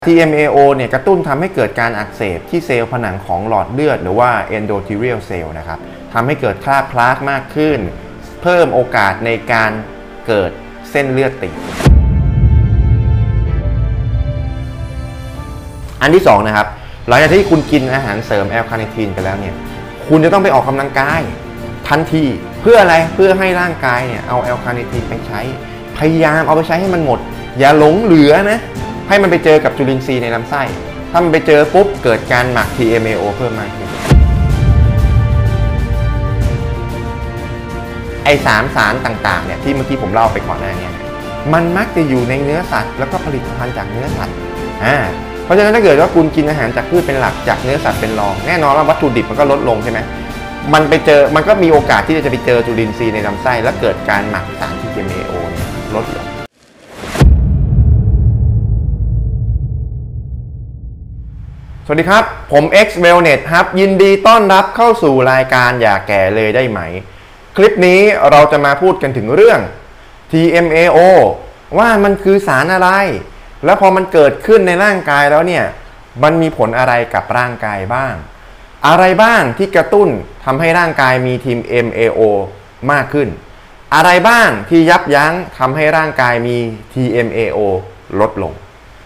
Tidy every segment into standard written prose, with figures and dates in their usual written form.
TMAO เนี่ยกระตุ้นทำให้เกิดการอักเสบที่เซลล์ผนังของหลอดเลือดหรือว่า endothelial cell นะครับทำให้เกิดคราบพลากมากขึ้นเพิ่มโอกาสในการเกิดเส้นเลือดตีบอันที่2นะครับหลังจากที่คุณกินอาหารเสริมแอลคาเนทีนไปแล้วเนี่ยคุณจะต้องไปออกกำลังกายทันทีเพื่ออะไรเพื่อให้ร่างกายเนี่ยเอาแอลคาเนทีนไปใช้พยายามเอาไปใช้ให้มันหมดอย่าหลงเหลือนะให้มันไปเจอกับจุลินทรีย์ในลำไส้ถ้ามันไปเจอปุ๊บเกิดการหมัก TMAO เพิ่มมากขึ้นไอ้3 สารต่างๆเนี่ยที่เมื่อกี้ผมเล่าไปก่อนหน้านี้มันมักจะอยู่ในเนื้อสัตว์แล้วก็ผลิตภัณฑ์จากเนื้อสัตว์เพราะฉะนั้นถ้าเกิดว่าคุณกินอาหารจากพืชเป็นหลักจากเนื้อสัตว์เป็นรองแน่นอนว่าวัตถุดิบมันก็ลดลงใช่ไหมมันก็มีโอกาสที่จะไปเจอจุลินทรีย์ในลำไส้และเกิดการหมักสาร TMAO เนี่ยลดลงสวัสดีครับผม X Wellness ครับยินดีต้อนรับเข้าสู่รายการอย่าแก่เลยได้ไหมคลิปนี้เราจะมาพูดกันถึงเรื่อง TMAO ว่ามันคือสารอะไรแล้วพอมันเกิดขึ้นในร่างกายแล้วเนี่ยมันมีผลอะไรกับร่างกายบ้างอะไรบ้างที่กระตุ้นทำให้ร่างกายมี TMAO มากขึ้นอะไรบ้างที่ยับยั้งทำให้ร่างกายมี TMAO ลดลง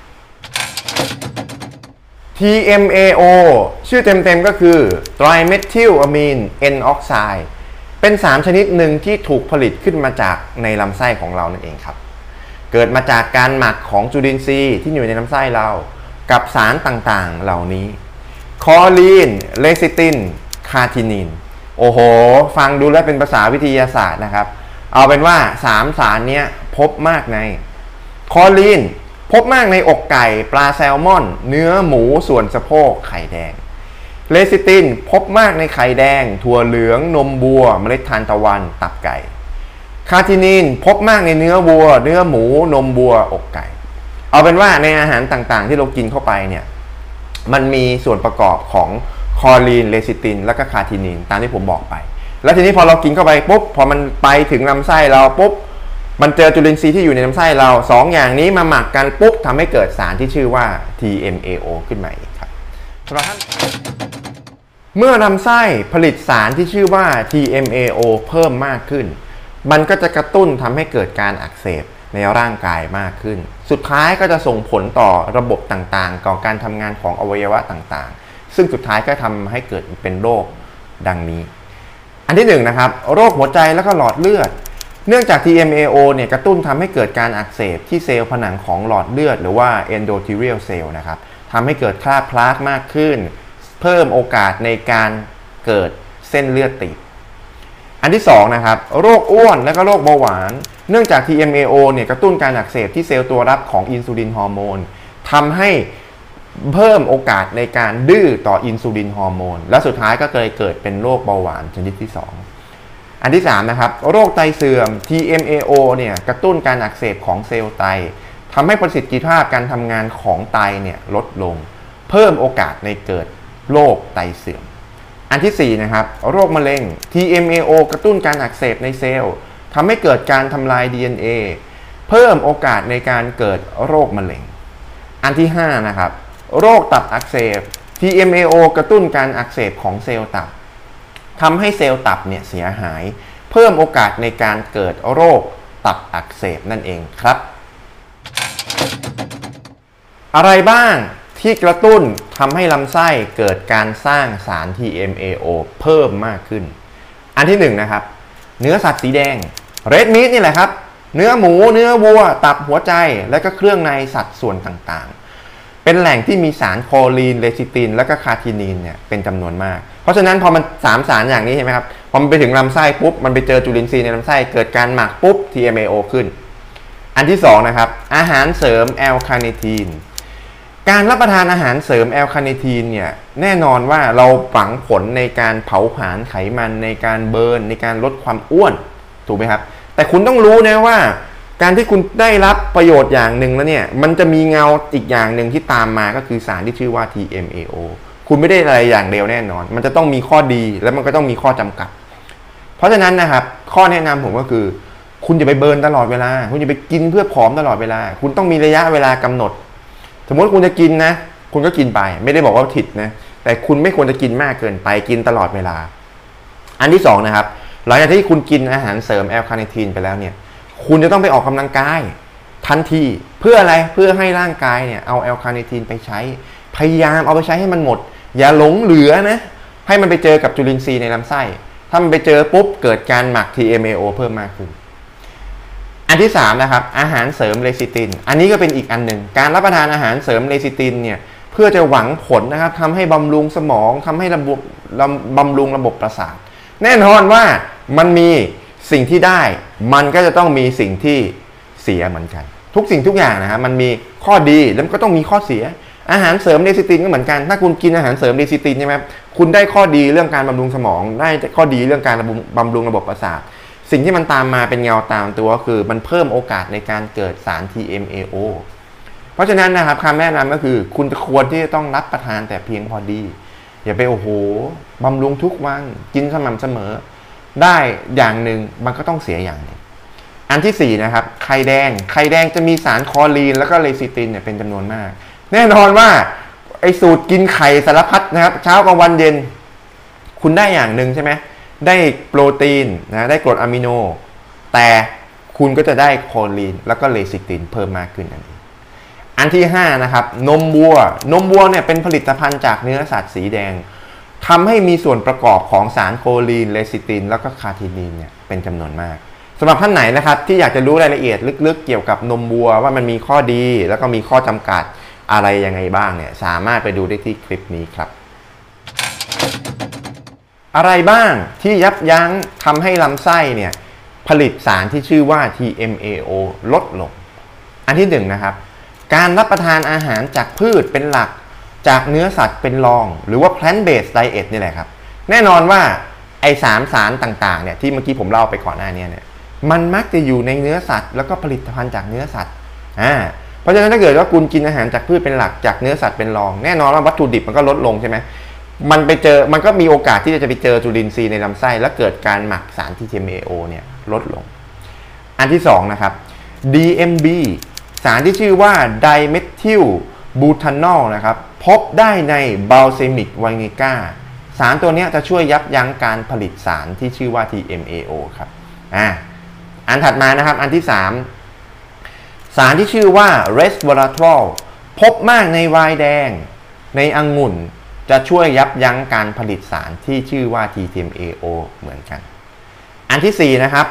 TMAO ชื่อเต็มๆก็คือ Trimethylamine N oxide เป็นสารชนิดหนึ่งที่ถูกผลิตขึ้นมาจากในลำไส้ของเรานั่นเองครับเกิดมาจากการหมักของจุลินทรีย์ที่อยู่ในลำไส้เรากับสารต่างๆเหล่านี้คอลีนเลซิตินคาทินินโอ้โหฟังดูแล้วเป็นภาษาวิทยาศาสตร์นะครับเอาเป็นว่า3 สารนี้พบมากในคอลีนพบมากในอกไก่ปลาแซลมอนเนื้อหมูส่วนสะโพกไข่แดงเลซิตินพบมากในไข่แดงถั่วเหลืองนมวัวเมล็ดทานตะวันตับไก่คาทินินพบมากในเนื้อวัวเนื้อหมูนมวัวอกไก่เอาเป็นว่าในอาหารต่างๆที่เรากินเข้าไปเนี่ยมันมีส่วนประกอบของคอลีนเลซิตินและก็คาทินินตามที่ผมบอกไปแล้วทีนี้พอเรากินเข้าไปปุ๊บพอมันไปถึงลำไส้เราปุ๊บมันเจอจุลินทรีย์ที่อยู่ในลำไส้เรา2 อย่างนี้มาหมักกันปุ๊บทำให้เกิดสารที่ชื่อว่า TMAO ขึ้นมาอีกครับสำหรับท่านเมื่อลำไส้ผลิตสารที่ชื่อว่า TMAO เพิ่มมากขึ้นมันก็จะกระตุ้นทำให้เกิดการอักเสบในร่างกายมากขึ้นสุดท้ายก็จะส่งผลต่อระบบต่างๆต่อการทำงานของอวัยวะต่างๆซึ่งสุดท้ายก็ทำให้เกิดเป็นโรคดังนี้อันที่1นะครับโรคหัวใจและก็หลอดเลือดเนื่องจาก TMAO เนี่ยกระตุ้นทำให้เกิดการอักเสบที่เซลล์ผนังของหลอดเลือดหรือว่า endothelial cell นะครับทำให้เกิดคราบพลากมากขึ้นเพิ่มโอกาสในการเกิดเส้นเลือดตีบอันที่2นะครับโรคอ้วนและก็โรคเบาหวานเนื่องจาก TMAO เนี่ยกระตุ้นการอักเสบที่เซลล์ตัวรับของอินซูลินฮอร์โมนทำให้เพิ่มโอกาสในการดื้อต่ออินซูลินฮอร์โมนและสุดท้ายก็เกิดเป็นโรคเบาหวานชนิดที่2อันที่3นะครับโรคไตเสื่อม TMAO เนี่ยกระตุ้นการอักเสบของเซลล์ไตทำให้ประสิทธิภาพการทำงานของไตเนี่ยลดลงเพิ่มโอกาสในเกิดโรคไตเสื่อมอันที่4นะครับโรคมะเร็ง TMAO กระตุ้นการอักเสบในเซลล์ทำให้เกิดการทำลาย DNA เพิ่มโอกาสในการเกิดโรคมะเร็งอันที่5นะครับโรคตับอักเสบ TMAO กระตุ้นการอักเสบของเซลล์ตับทำให้เซลล์ตับเนี่ยเสียหายเพิ่มโอกาสในการเกิดโรคตับอักเสบนั่นเองครับอะไรบ้างที่กระตุ้นทำให้ลำไส้เกิดการสร้างสาร TMAO เพิ่มมากขึ้นอันที่1นะครับเนื้อสัตว์สีแดง Red Meat นี่แหละครับเนื้อหมูเนื้อวัวตับหัวใจและก็เครื่องในสัตว์ส่วนต่างๆเป็นแหล่งที่มีสารคอลีนเลซิตินและก็คาทินินเนี่ยเป็นจำนวนมากเพราะฉะนั้นพอมัน3 สารอย่างนี้ใช่ไหมครับพอมันไปถึงลำไส้ปุ๊บมันไปเจอจุลินทรีย์ในลำไส้เกิดการหมักปุ๊บ TMAO ขึ้นอันที่2นะครับอาหารเสริมแอลคาเนทีนการรับประทานอาหารเสริมแอลคาเนทีนเนี่ยแน่นอนว่าเราหวังผลในการเผาผลาญไขมันในการเบิร์นในการลดความอ้วนถูกไหมครับแต่คุณต้องรู้นะว่าการที่คุณได้รับประโยชน์อย่างหนึ่งแล้วเนี่ยมันจะมีเงาอีกอย่างหนึ่งที่ตามมาก็คือสารที่ชื่อว่า TMAO คุณไม่ได้อะไรอย่างเดียวแน่นอนมันจะต้องมีข้อดีและมันก็ต้องมีข้อจำกัดเพราะฉะนั้นนะครับข้อแนะนำผมก็คือคุณอย่าไปเบิร์นตลอดเวลาคุณอย่าไปกินเพื่อผอมตลอดเวลาคุณต้องมีระยะเวลากำหนดสมมติคุณจะกินนะคุณก็กินไปไม่ได้บอกว่าผิดนะแต่คุณไม่ควรจะกินมากเกินไปกินตลอดเวลาอันที่2นะครับหลังจากที่คุณกินอาหารเสริมแอลคาเนทีนไปแล้วเนี่ยคุณจะต้องไปออกกำลังกายทันทีเพื่ออะไรเพื่อให้ร่างกายเนี่ยเอาแอลคาเนทีนไปใช้พยายามเอาไปใช้ให้มันหมดอย่าหลงเหลือนะให้มันไปเจอกับจุลินทรีย์ในลำไส้ถ้ามันไปเจอปุ๊บเกิดการหมัก TMAO เพิ่มมากขึ้นอันที่3นะครับอาหารเสริมเลซิตินอันนี้ก็เป็นอีกอันหนึ่งการรับประทานอาหารเสริมเลซิตินเนี่ยเพื่อจะหวังผลนะครับทำให้บำรุงสมองทำให้บำรุงระบบประสาทแน่นอนว่ามันมีสิ่งที่ได้มันก็จะต้องมีสิ่งที่เสียเหมือนกันทุกสิ่งทุกอย่างนะฮะมันมีข้อดีแล้วก็ต้องมีข้อเสียอาหารเสริมเลซิตินก็เหมือนกันถ้าคุณกินอาหารเสริมเลซิตินใช่ไหมคุณได้ข้อดีเรื่องการบำรุงสมองได้ข้อดีเรื่องการบำรุงระบบประสาทสิ่งที่มันตามมาเป็นเงาตามตัวก็คือมันเพิ่มโอกาสในการเกิดสาร TMAO เพราะฉะนั้นนะครับคำแนะนำก็คือคุณควรที่จะต้องรับประทานแต่เพียงพอดีอย่าไปโอ้โหบำรุงทุกวันกินสม่ำเสมอได้อย่างหนึ่งมันก็ต้องเสียอย่างหนึ่งอันที่4นะครับไข่แดงจะมีสารคอลีนแล้วก็เลซิตินเนี่ยเป็นจำนวนมากแน่นอนว่าไอ้สูตรกินไข่สารพัดนะครับเช้ากลางวันเย็นคุณได้อย่างหนึ่งใช่ไหมได้โปรตีนนะได้กรดอะมิโนแต่คุณก็จะได้คอลีนแล้วก็เลซิตินเพิ่มมากขึ้นอันที่5นะครับนมวัวเนี่ยเป็นผลิตภัณฑ์จากเนื้อสัตว์สีแดงทำให้มีส่วนประกอบของสารโคลีนเลซิตินแล้วก็คาเทนีนเนี่ยเป็นจำนวนมากสำหรับท่านไหนนะครับที่อยากจะรู้รายละเอียดลึกๆเกี่ยวกับนมวัวว่ามันมีข้อดีแล้วก็มีข้อจำกัดอะไรยังไงบ้างเนี่ยสามารถไปดูได้ที่คลิปนี้ครับอะไรบ้างที่ยับยั้งทำให้ลำไส้เนี่ยผลิตสารที่ชื่อว่า TMAO ลดลงอันที่1นะครับการรับประทานอาหารจากพืชเป็นหลักจากเนื้อสัตว์เป็นรองหรือว่า plant based diet นี่แหละครับแน่นอนว่าไอ้สารต่างๆเนี่ยที่เมื่อกี้ผมเล่าไปก่อนหน้านี้เนี่ยมันมักจะอยู่ในเนื้อสัตว์แล้วก็ผลิตภัณฑ์จากเนื้อสัตว์เพราะฉะนั้นถ้าเกิดว่าคุณกินอาหารจากพืชเป็นหลักจากเนื้อสัตว์เป็นรองแน่นอนว่าวัตถุดิบมันก็ลดลงใช่ไหมมันก็มีโอกาสที่จะไปเจอจุลินทรีย์ในลำไส้และเกิดการหมักสาร TMAO เนี่ยลดลงอันที่2นะครับ DMB สารที่ชื่อว่า Dimethyl Butanol นะครับพบได้ใน Balsamic Vinegar สารตัวนี้จะช่วยยับยั้งการผลิตสารที่ชื่อว่า TMAO ครับอันถัดมานะครับอันที่3สารที่ชื่อว่า Resveratrol พบมากในไวน์แดงในองุ่นจะช่วยยับยั้งการผลิตสารที่ชื่อว่า TMAO เหมือนกันอันที่4นะครับ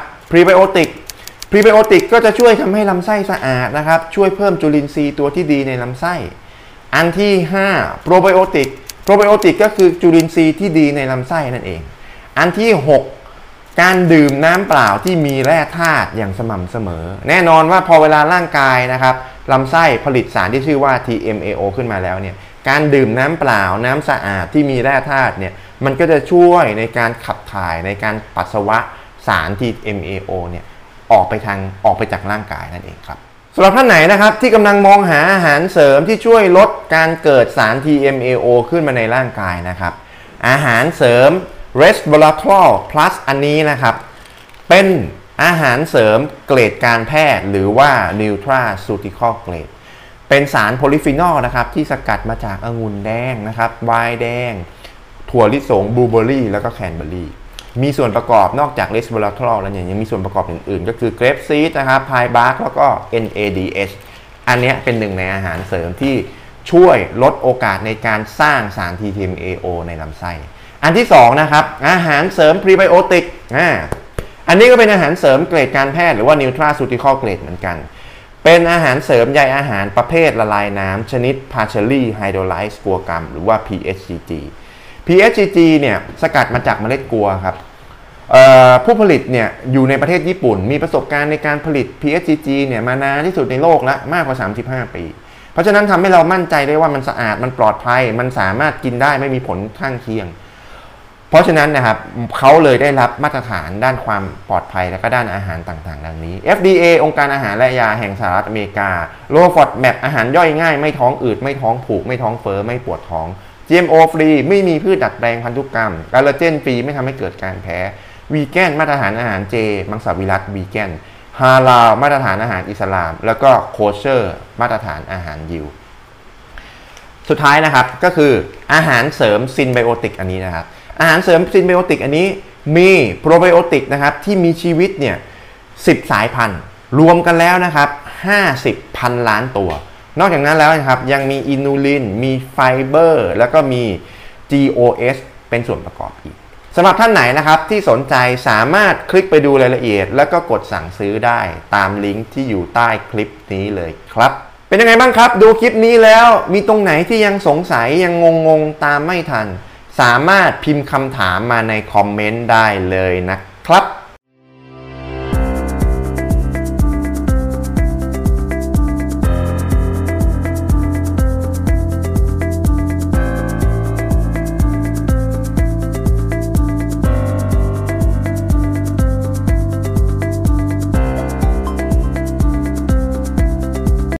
Prebiotic ก็จะช่วยทำให้ลำไส้สะอาดนะครับช่วยเพิ่มจุลินทรีย์ตัวที่ดีในลำไส้อันที่5 Probiotic ก็คือจุลินทรีย์ที่ดีในลำไส้นั่นเองอันที่6การดื่มน้ำเปล่าที่มีแร่ธาตุอย่างสม่ำเสมอแน่นอนว่าพอเวลาร่างกายนะครับลำไส้ผลิตสารที่ชื่อว่า TMAO ขึ้นมาแล้วเนี่ยการดื่มน้ำเปล่าน้ำสะอาดที่มีแร่ธาตุเนี่ยมันก็จะช่วยในการขับถ่ายในการปัสสาวะสาร TMAO เนี่ยออกไปจากร่างกายนั่นเองครับสำหรับท่านไหนนะครับที่กำลังมองหาอาหารเสริมที่ช่วยลดการเกิดสาร TMAO ขึ้นมาในร่างกายนะครับอาหารเสริม Resveratrol Plus อันนี้นะครับเป็นอาหารเสริมเกรดการแพทย์หรือว่า Nutraceutical Grade เป็นสารโพลิฟีนอลนะครับที่สกัดมาจากองุ่นแดงนะครับไวน์แดงถั่วลิสงบลูเบอร์รี่แล้วก็แคนเบอร์รี่มีส่วนประกอบนอกจาก Resveratrol แล้วเนี่ยยังมีส่วนประกอบอื่นๆก็คือ Grape Seed นะครับ Pine Bark แล้วก็ NADH อันนี้เป็นหนึ่งในอาหารเสริมที่ช่วยลดโอกาสในการสร้างสาร TMAO ในลำไส้อันที่2นะครับอาหารเสริม Prebiotic อันนี้ก็เป็นอาหารเสริมเกรดการแพทย์หรือว่า Nutraceutical Grade เหมือนกันเป็นอาหารเสริมใยอาหารประเภทละลายน้ำชนิด Partially Hydrolyzed กัวกรัมหรือว่า PHGG เนี่ยสกัดมาจากเมล็ดกัวครับผู้ผลิตเนี่ยอยู่ในประเทศญี่ปุ่นมีประสบการณ์ในการผลิต PHGG เนี่ยมานานที่สุดในโลกละมากกว่า35 ปีเพราะฉะนั้นทำให้เรามั่นใจได้ว่ามันสะอาดมันปลอดภัยมันสามารถกินได้ไม่มีผลข้างเคียงเพราะฉะนั้นนะครับเขาเลยได้รับมาตรฐานด้านความปลอดภัยและก็ด้านอาหารต่างๆดังนี้ FDA องค์การอาหารและยาแห่งสหรัฐอเมริกาโลฟอดแมปอาหารย่อยง่ายไม่ท้องอืดไม่ท้องผูกไม่ท้องเฟ้อไม่ปวดท้อง GMO ฟรีไม่มีพืชดัดแปลงพันธุกรรมคอลลาเจนฟรีไม่ทำให้เกิดการแพ้วีแกนมาตรฐานอาหารเจมังสวิรัติวีแกนฮาลาลมาตรฐานอาหารอิสลามแล้วก็โคเชอร์มาตรฐานอาหารยิวสุดท้ายนะครับก็คืออาหารเสริมซินไบโอติกอันนี้นะครับอาหารเสริมซินไบโอติกอันนี้มีโปรไบโอติกนะครับที่มีชีวิตเนี่ย10 สายพันธุ์รวมกันแล้วนะครับ50 พันล้านตัวนอกจากนั้นแล้วนะครับยังมีอินูลินมีไฟเบอร์แล้วก็มี GOS เป็นส่วนประกอบอีกสำหรับท่านไหนนะครับที่สนใจสามารถคลิกไปดูรายละเอียดแล้วก็กดสั่งซื้อได้ตามลิงก์ที่อยู่ใต้คลิปนี้เลยครับเป็นยังไงบ้างครับดูคลิปนี้แล้วมีตรงไหนที่ยังสงสัยยังงงตามไม่ทันสามารถพิมพ์คำถามมาในคอมเมนต์ได้เลยนะครับ